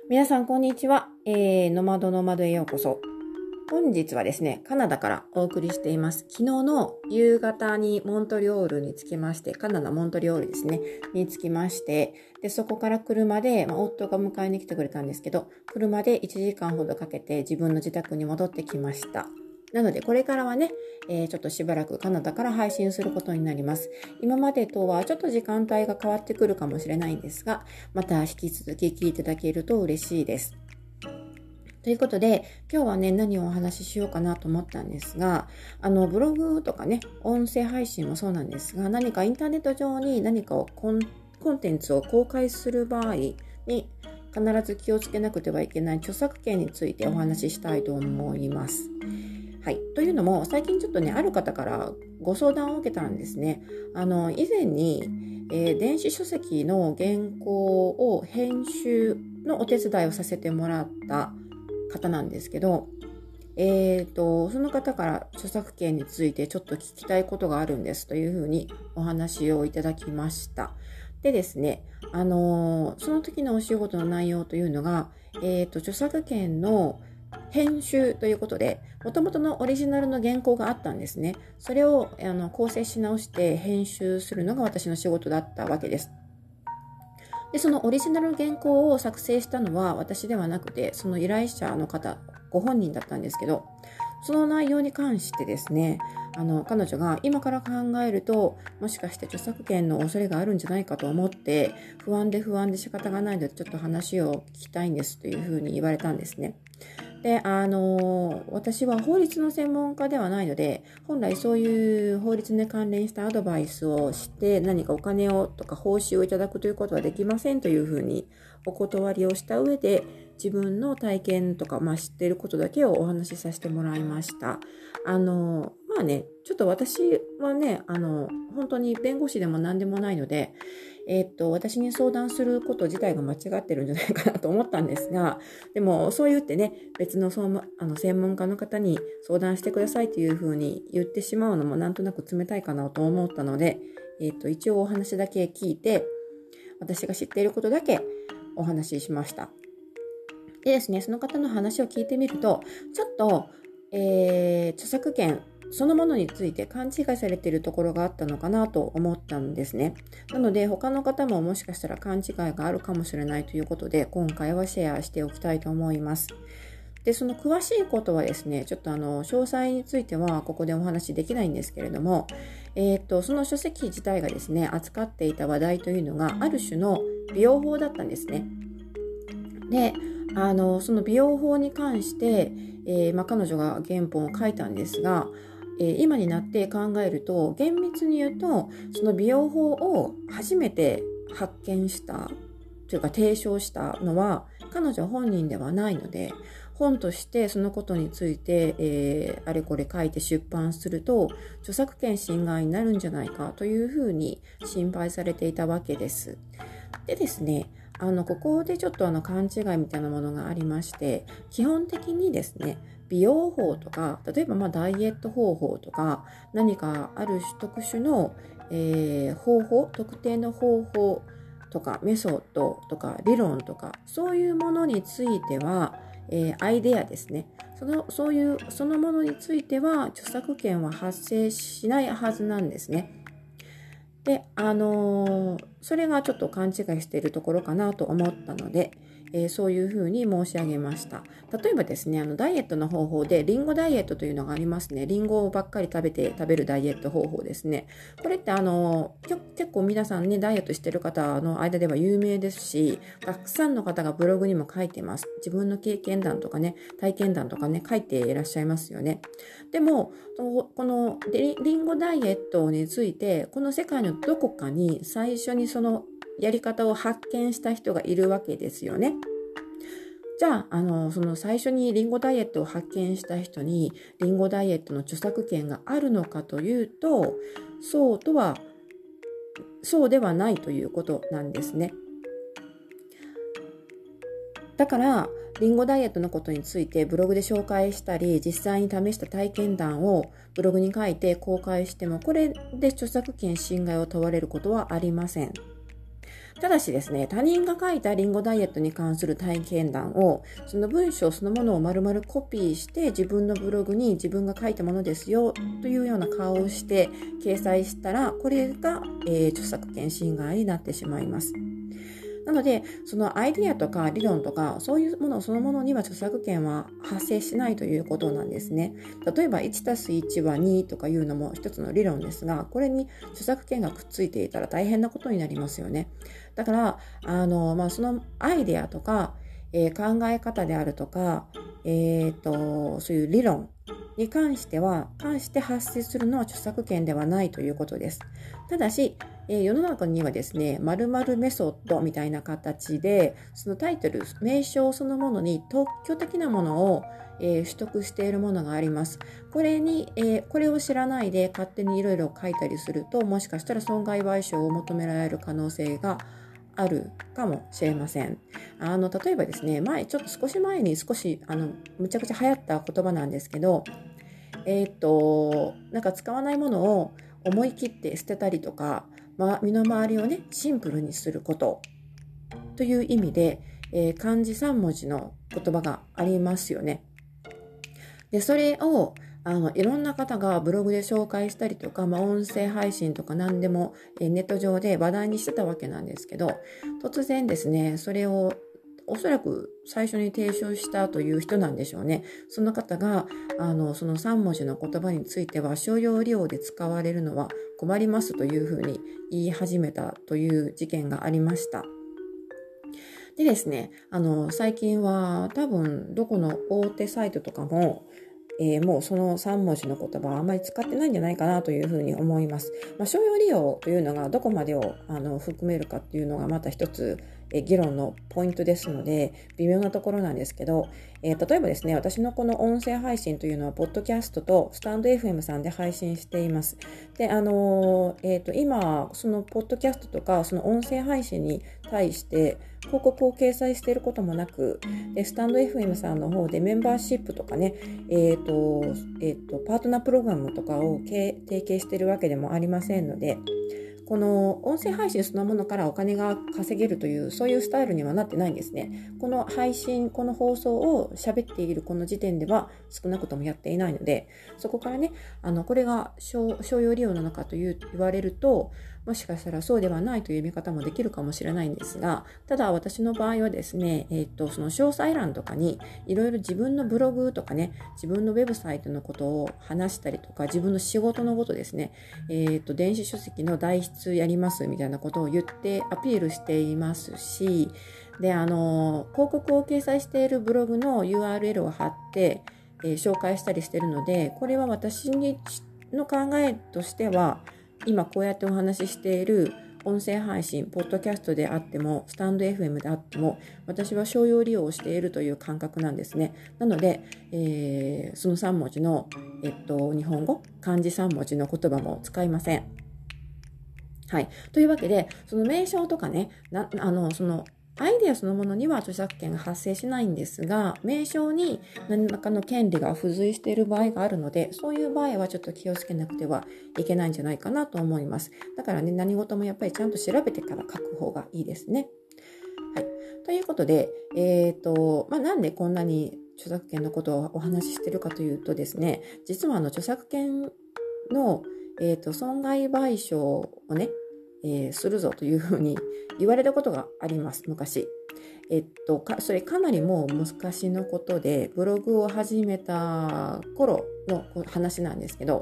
皆さんこんにちは、ノマドノマドへようこそ。本日はですね、カナダからお送りしています。昨日の夕方にモントリオールに着きまして、カナダモントリオールですね、に着きまして、でそこから車で、夫が迎えに来てくれたんですけど、車で1時間ほどかけて自分の自宅に戻ってきました。なのでこれからはね、ちょっとしばらくカナダから配信することになります。今までとはちょっと時間帯が変わってくるかもしれないんですが、また引き続き聞いていただけると嬉しいです。ということで、今日はね、何をお話ししようかなと思ったんですが、ブログとかね、音声配信もそうなんですが、何かインターネット上に何かをコンテンツを公開する場合に、必ず気をつけなくてはいけない著作権についてお話ししたいと思います。はい。というのも、最近ちょっとね、ある方からご相談を受けたんですね。以前に、電子書籍の原稿を編集のお手伝いをさせてもらった方なんですけど、その方から著作権についてちょっと聞きたいことがあるんですというふうにお話をいただきました。でですね、その時のお仕事の内容というのが、著作権の編集ということで、元々のオリジナルの原稿があったんですね。それを構成し直して編集するのが私の仕事だったわけです。で、そのオリジナル原稿を作成したのは私ではなくて、その依頼者の方ご本人だったんですけど、その内容に関してですね、彼女が今から考えると、もしかして著作権の恐れがあるんじゃないかと思って、不安で仕方がないのでちょっと話を聞きたいんですというふうに言われたんですね。で、私は法律の専門家ではないので、本来そういう法律に関連したアドバイスをして何かお金をとか報酬をいただくということはできませんというふうにお断りをした上で、自分の体験とか、知っていることだけをお話しさせてもらいました。ちょっと私はね、本当に弁護士でも何でもないので、私に相談すること自体が間違ってるんじゃないかなと思ったんですが、でもそう言ってね、別の専門家の方に相談してくださいというふうに言ってしまうのもなんとなく冷たいかなと思ったので、一応お話だけ聞いて、私が知っていることだけお話ししました。でですね、その方の話を聞いてみると、ちょっと、著作権そのものについて勘違いされているところがあったのかなと思ったんですね。なので他の方ももしかしたら勘違いがあるかもしれないということで、今回はシェアしておきたいと思います。で、その詳しいことはですね、ちょっと詳細についてはここでお話しできないんですけれども、その書籍自体がですね、扱っていた話題というのがある種の美容法だったんですね。で、その美容法に関して、彼女が原本を書いたんですが、今になって考えると、厳密に言うとその美容法を初めて発見したというか提唱したのは彼女本人ではないので、本としてそのことについて、あれこれ書いて出版すると著作権侵害になるんじゃないかというふうに心配されていたわけです。でですね、ここでちょっと勘違いみたいなものがありまして、基本的にですね、美容法とか、例えばダイエット方法とか、何かある特殊の、方法、特定の方法とかメソッドとか理論とか、そういうものについては、アイデアですね。そのものについては著作権は発生しないはずなんですね。で、それがちょっと勘違いしているところかなと思ったので、そういうふうに申し上げました。例えばですね、ダイエットの方法でリンゴダイエットというのがありますね。リンゴばっかり食べるダイエット方法ですね。これって結構皆さんね、ダイエットしてる方の間では有名ですし、たくさんの方がブログにも書いてます。自分の経験談とかね、体験談とかね、書いていらっしゃいますよね。でも、このリンゴダイエットについて、この世界のどこかに最初にそのやり方を発見した人がいるわけですよね。じゃあ、その最初にリンゴダイエットを発見した人にリンゴダイエットの著作権があるのかというと、そうではないということなんですね。だからリンゴダイエットのことについてブログで紹介したり、実際に試した体験談をブログに書いて公開しても、これで著作権侵害を問われることはありません。 ただしですね、他人が書いたリンゴダイエットに関する体験談を、その文章そのものを丸々コピーして自分のブログに自分が書いたものですよというような顔をして掲載したら、これが、著作権侵害になってしまいます。なので、そのアイディアとか理論とか、そういうものそのものには著作権は発生しないということなんですね。例えば、1+1 は2とかいうのも一つの理論ですが、これに著作権がくっついていたら大変なことになりますよね。だから、そのアイデアとか、考え方であるとか、そういう理論に関して発生するのは著作権ではないということです。ただし、世の中にはですね、〇〇メソッドみたいな形で、そのタイトル、名称そのものに特許的なものを、取得しているものがあります。これを知らないで勝手にいろいろ書いたりすると、もしかしたら損害賠償を求められる可能性があるかもしれません。例えばですね、少し前にむちゃくちゃ流行った言葉なんですけど、なんか使わないものを思い切って捨てたりとか、身の回りをね、シンプルにすることという意味で、漢字3文字の言葉がありますよね。で、それをいろんな方がブログで紹介したりとか、音声配信とか何でも、ネット上で話題にしてたわけなんですけど、突然ですね、それをおそらく最初に提唱したという人なんでしょうね。その方がその3文字の言葉については商用利用で使われるのは困りますというふうに言い始めたという事件がありました。でですね、最近は多分どこの大手サイトとかももうその3文字の言葉はあまり使ってないんじゃないかなというふうに思います。商用利用というのがどこまでを含めるかっていうのがまた一つ議論のポイントですので微妙なところなんですけど、例えばですね、私のこの音声配信というのはポッドキャストとスタンド FM さんで配信しています。で、今そのポッドキャストとかその音声配信に対して広告を掲載していることもなく、でスタンド FM さんの方でメンバーシップとかね、パートナープログラムとかを提携しているわけでもありませんので、この音声配信そのものからお金が稼げるというそういうスタイルにはなってないんですね。この放送を喋っているこの時点では少なくともやっていないので、そこからね、これが商用利用なのかと言われると、もしかしたらそうではないという見方もできるかもしれないんですが、ただ私の場合はですね、その詳細欄とかにいろいろ自分のブログとかね、自分のウェブサイトのことを話したりとか、自分の仕事のことですね、電子書籍の代筆やりますみたいなことを言ってアピールしていますし、で、広告を掲載しているブログの URL を貼って、紹介したりしているので、これは私の考えとしては、今こうやってお話ししている音声配信、ポッドキャストであっても、スタンド FM であっても、私は商用利用をしているという感覚なんですね。なので、その3文字の、日本語、漢字3文字の言葉も使いません。はい。というわけで、その名称とかね、そのアイデアそのものには著作権が発生しないんですが、名称に何らかの権利が付随している場合があるので、そういう場合はちょっと気をつけなくてはいけないんじゃないかなと思います。だからね、何事もやっぱりちゃんと調べてから書く方がいいですね。はい。ということで、なんでこんなに著作権のことをお話ししているかというとですね、実は著作権の、損害賠償をね、するぞというふうに言われたことがあります、昔。それかなりもう昔のことで、ブログを始めた頃の話なんですけど、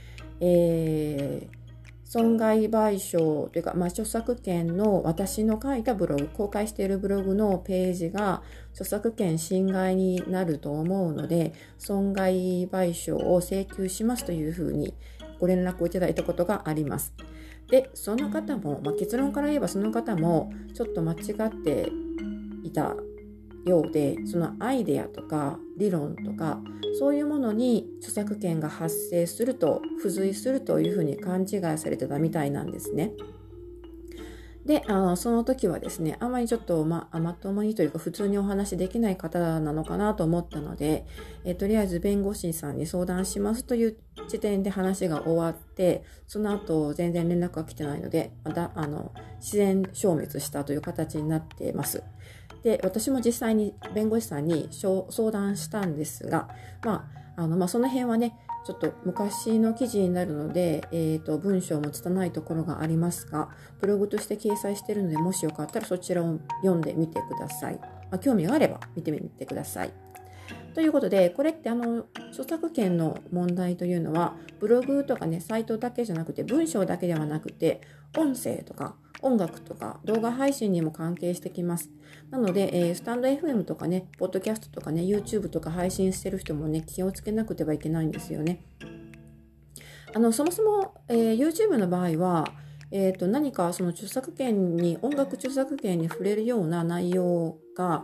損害賠償というか、著作権の私の書いたブログ、公開しているブログのページが著作権侵害になると思うので、損害賠償を請求しますというふうにご連絡をいただいたことがあります。で、その方も、結論から言えばその方もちょっと間違っていたようで、そのアイデアとか理論とかそういうものに著作権が発生すると付随するというふうに勘違いされてたみたいなんですね。で、その時はですね、あまりちょっとまともにというか普通にお話できない方なのかなと思ったので、とりあえず弁護士さんに相談しますという時点で話が終わって、その後全然連絡が来てないので、 自然消滅したという形になっています。で、私も実際に弁護士さんに相談したんですが、その辺はね、ちょっと昔の記事になるので、文章も拙いところがありますが、ブログとして掲載しているので、もしよかったらそちらを読んでみてください。興味があれば見てみてください。ということで、これって著作権の問題というのは、ブログとかね、サイトだけじゃなくて、文章だけではなくて、音声とか音楽とか動画配信にも関係してきます。なので、スタンド FM とかね、ポッドキャストとかね、YouTube とか配信してる人もね、気をつけなくてはいけないんですよね。そもそも、YouTube の場合は、何かその著作権に、音楽著作権に触れるような内容が、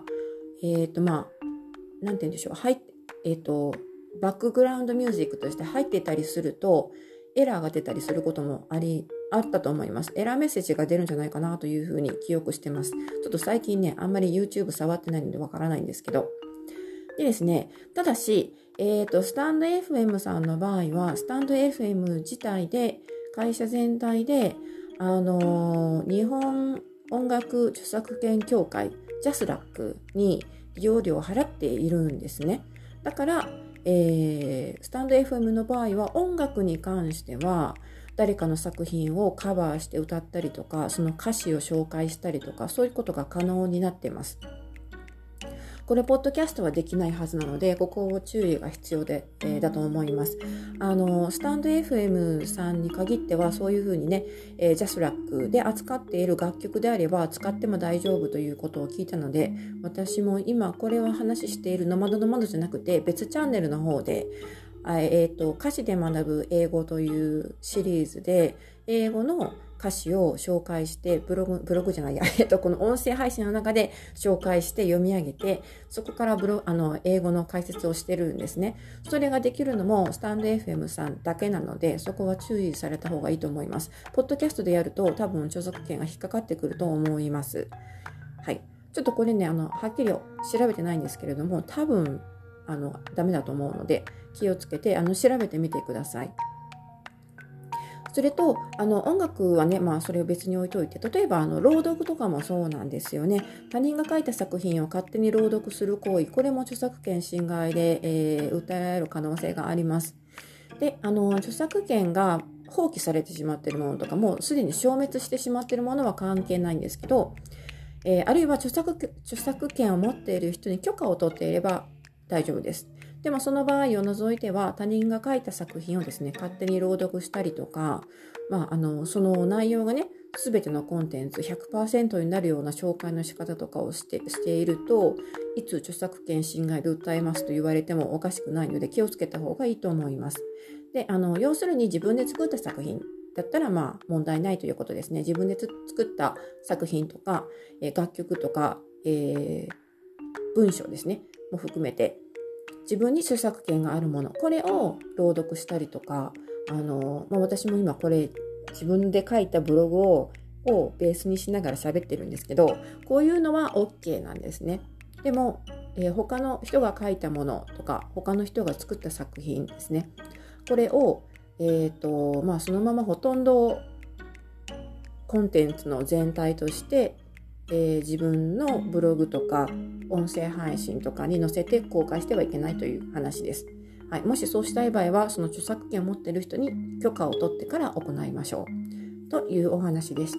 なんて言うんでしょう、バックグラウンドミュージックとして入っていたりすると、エラーが出たりすることもあったと思います。エラーメッセージが出るんじゃないかなというふうに記憶してます。ちょっと最近ね、あんまり YouTube 触ってないのでわからないんですけど。でですね、ただし、スタンド FM さんの場合は、スタンド FM 自体で、会社全体で、日本音楽著作権協会、JASRAC に利用料を払っているんですね。だから、スタンド FM の場合は音楽に関しては誰かの作品をカバーして歌ったりとか、その歌詞を紹介したりとか、そういうことが可能になっています。これポッドキャストはできないはずなので、ここを注意が必要だと思います。スタンド FM さんに限ってはそういうふうにね、JASRAC で扱っている楽曲であれば使っても大丈夫ということを聞いたので、私も今これを話しているノマドノマドじゃなくて別チャンネルの方で歌詞で学ぶ英語というシリーズで英語の歌詞を紹介してブログじゃないや、この音声配信の中で紹介して読み上げて、そこから英語の解説をしてるんですね。それができるのもスタンド FM さんだけなので、そこは注意された方がいいと思います。ポッドキャストでやると多分著作権が引っかかってくると思います。はい。ちょっとこれね、はっきり調べてないんですけれども、多分ダメだと思うので気をつけて調べてみてください。それと音楽はね、それを別に置いといて、例えば朗読とかもそうなんですよね。他人が書いた作品を勝手に朗読する行為、これも著作権侵害で、訴えられる可能性があります。で、著作権が放棄されてしまっているものとかもすでに消滅してしまっているものは関係ないんですけど、あるいは著作権を持っている人に許可を取っていれば大丈夫です。でもその場合を除いては、他人が書いた作品をですね、勝手に朗読したりとか、その内容がね、すべてのコンテンツ 100% になるような紹介の仕方とかをしていると、いつ著作権侵害で訴えますと言われてもおかしくないので気をつけた方がいいと思います。で、要するに自分で作った作品だったら問題ないということですね。自分で作った作品とか、楽曲とか、文章ですね、も含めて自分に著作権があるもの、これを朗読したりとか、私も今これ自分で書いたブログをベースにしながら喋ってるんですけど、こういうのは OK なんですね。でも、他の人が書いたものとか他の人が作った作品ですね、これを、そのままほとんどコンテンツの全体として自分のブログとか音声配信とかに載せて公開してはいけないという話です。はい、もしそうしたい場合はその著作権を持っている人に許可を取ってから行いましょうというお話でした。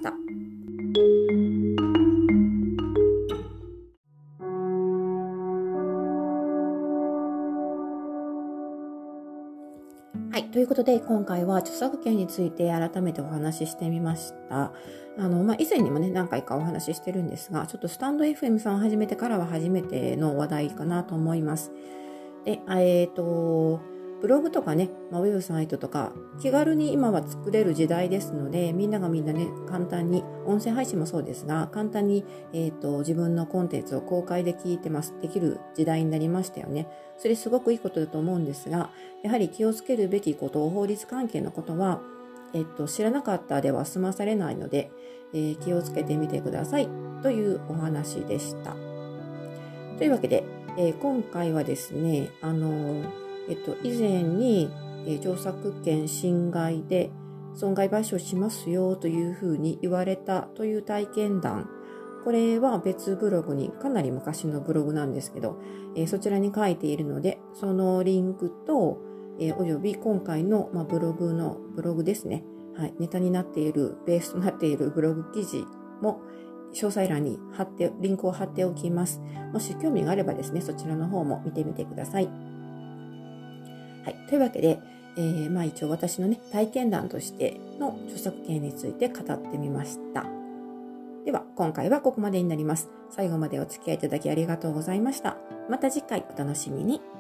はい、ということで今回は著作権について改めてお話ししてみました。以前にもね何回かお話ししてるんですが、ちょっとスタンド FM さんを始めてからは初めての話題かなと思います。で、ブログとかね、ウェブサイトとか気軽に今は作れる時代ですので、みんなね簡単に、音声配信もそうですが簡単に、自分のコンテンツを公開できる時代になりましたよね。それすごくいいことだと思うんですが、やはり気をつけるべきこと、法律関係のことは、知らなかったでは済まされないので、気をつけてみてくださいというお話でした。というわけで、今回はですね、以前に、著作権侵害で損害賠償しますよというふうに言われたという体験談、これは別ブログに、かなり昔のブログなんですけど、そちらに書いているので、そのリンクと、および今回の、ブログですね。はい、ネタになっている、ベースとなっているブログ記事も詳細欄にリンクを貼っておきます。もし興味があればですね、そちらの方も見てみてください。はい、というわけで、一応私のね、体験談としての著作権について語ってみました。では、今回はここまでになります。最後までお付き合いいただきありがとうございました。また次回お楽しみに。